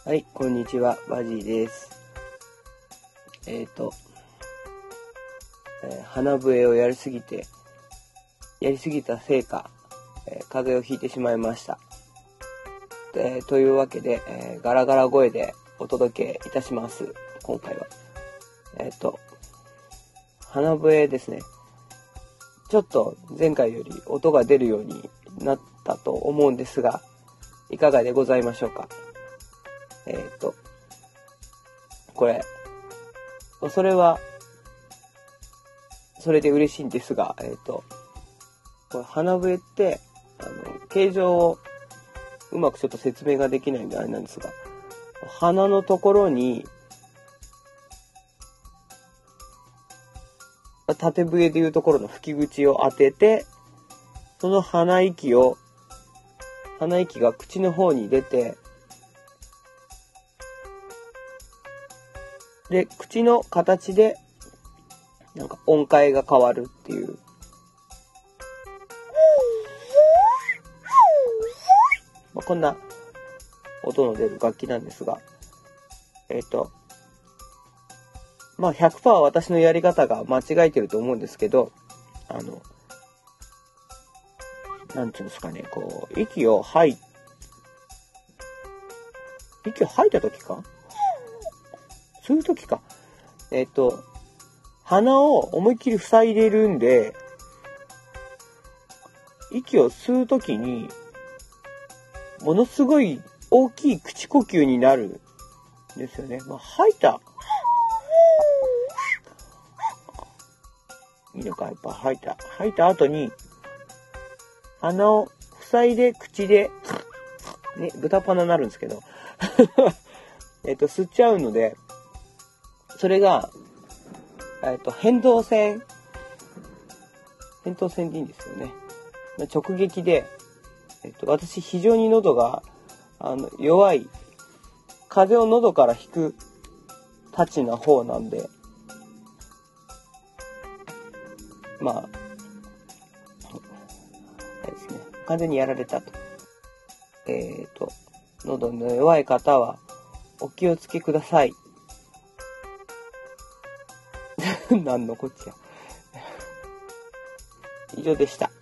はい、こんにちは、バジーです。鼻笛をやりすぎたせいか、風邪をひいてしまいました。というわけで、ガラガラ声でお届けいたします。今回は。鼻笛ですね。ちょっと前回より音が出るようになったと思うんですが、いかがでございましょうか。これ、それは、それで嬉しいんですが、これ鼻笛って、形状をうまくちょっと説明ができないんであれなんですが、鼻のところに、縦笛でいうところの吹き口を当てて、その鼻息が口の方に出て、で、口の形で、なんか音階が変わるっていう。こんな音の出る楽器なんですが、100% 私のやり方が間違えてると思うんですけど、なんていうんですかね、こう、息を吐いた時か？そういう時か。鼻を思いっきり塞いでるんで、息を吸う時に、ものすごい大きい口呼吸になるんですよね。吐いた。いいのか、やっぱ吐いた後に、鼻を塞いで口で、ね、豚鼻になるんですけど、吸っちゃうので、それが、扁桃腺でいいんですよね。直撃で、私非常に喉が弱い、風邪を喉から引くたちな方なんで、ですね、完全にやられたと。喉の弱い方はお気をつけください。なんのこっちゃ。以上でした。